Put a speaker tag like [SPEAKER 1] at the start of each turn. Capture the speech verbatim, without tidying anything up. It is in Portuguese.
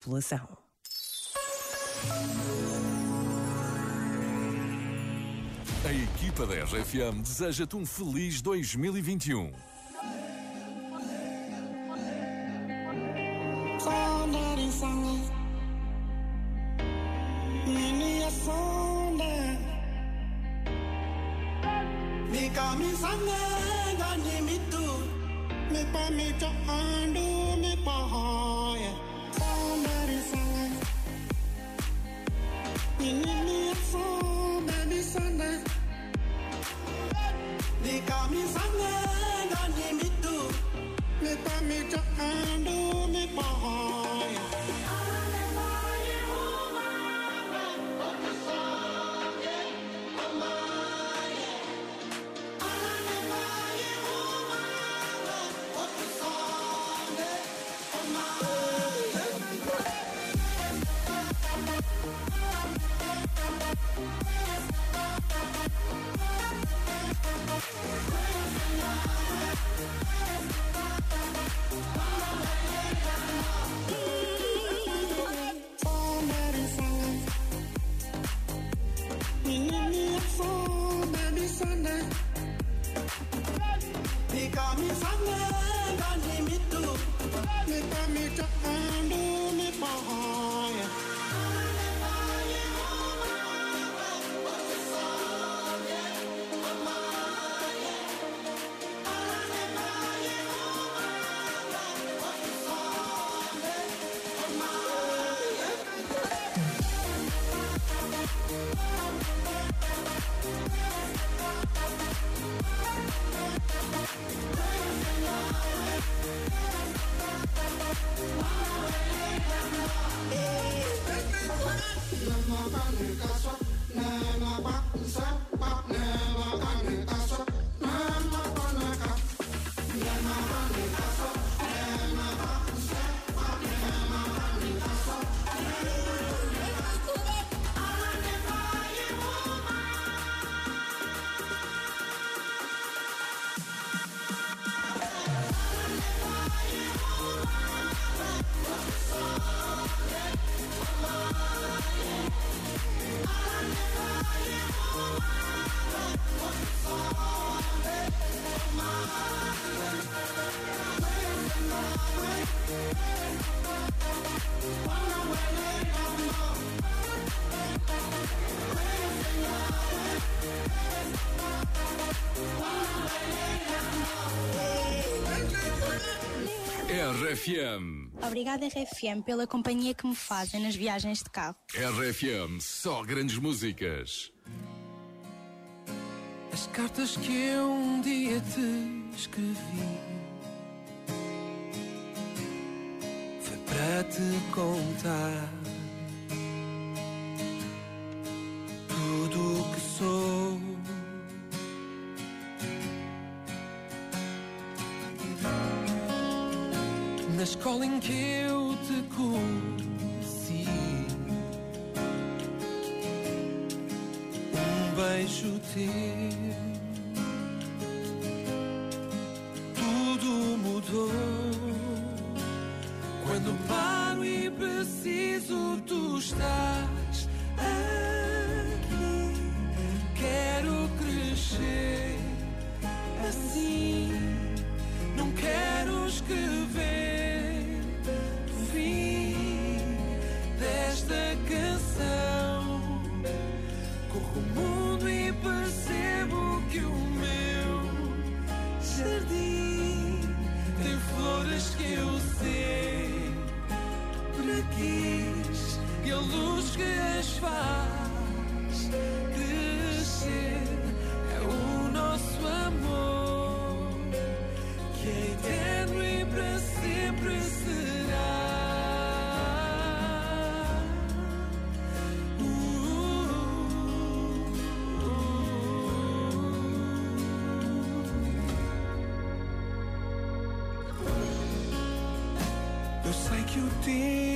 [SPEAKER 1] população.
[SPEAKER 2] A equipa da R F M deseja-te um feliz dois mil e vinte e um. R F M.
[SPEAKER 3] Obrigada, R F M, pela companhia que me fazem nas viagens de carro.
[SPEAKER 2] R F M, só grandes músicas.
[SPEAKER 4] As cartas que eu um dia te escrevi foi para te contar tudo o que sou. Na escola em que eu te conheci, um beijo teu, tudo mudou. Quando paro e preciso, tu estás aqui. Quero crescer assim, não quero escrever desta canção. Corro o mundo e percebo que o meu jardim tem flores que eu sempre quis, e a luz que as faz crescer é o nosso amor, que é eterno e para sempre será.
[SPEAKER 5] Eu sei que o tempo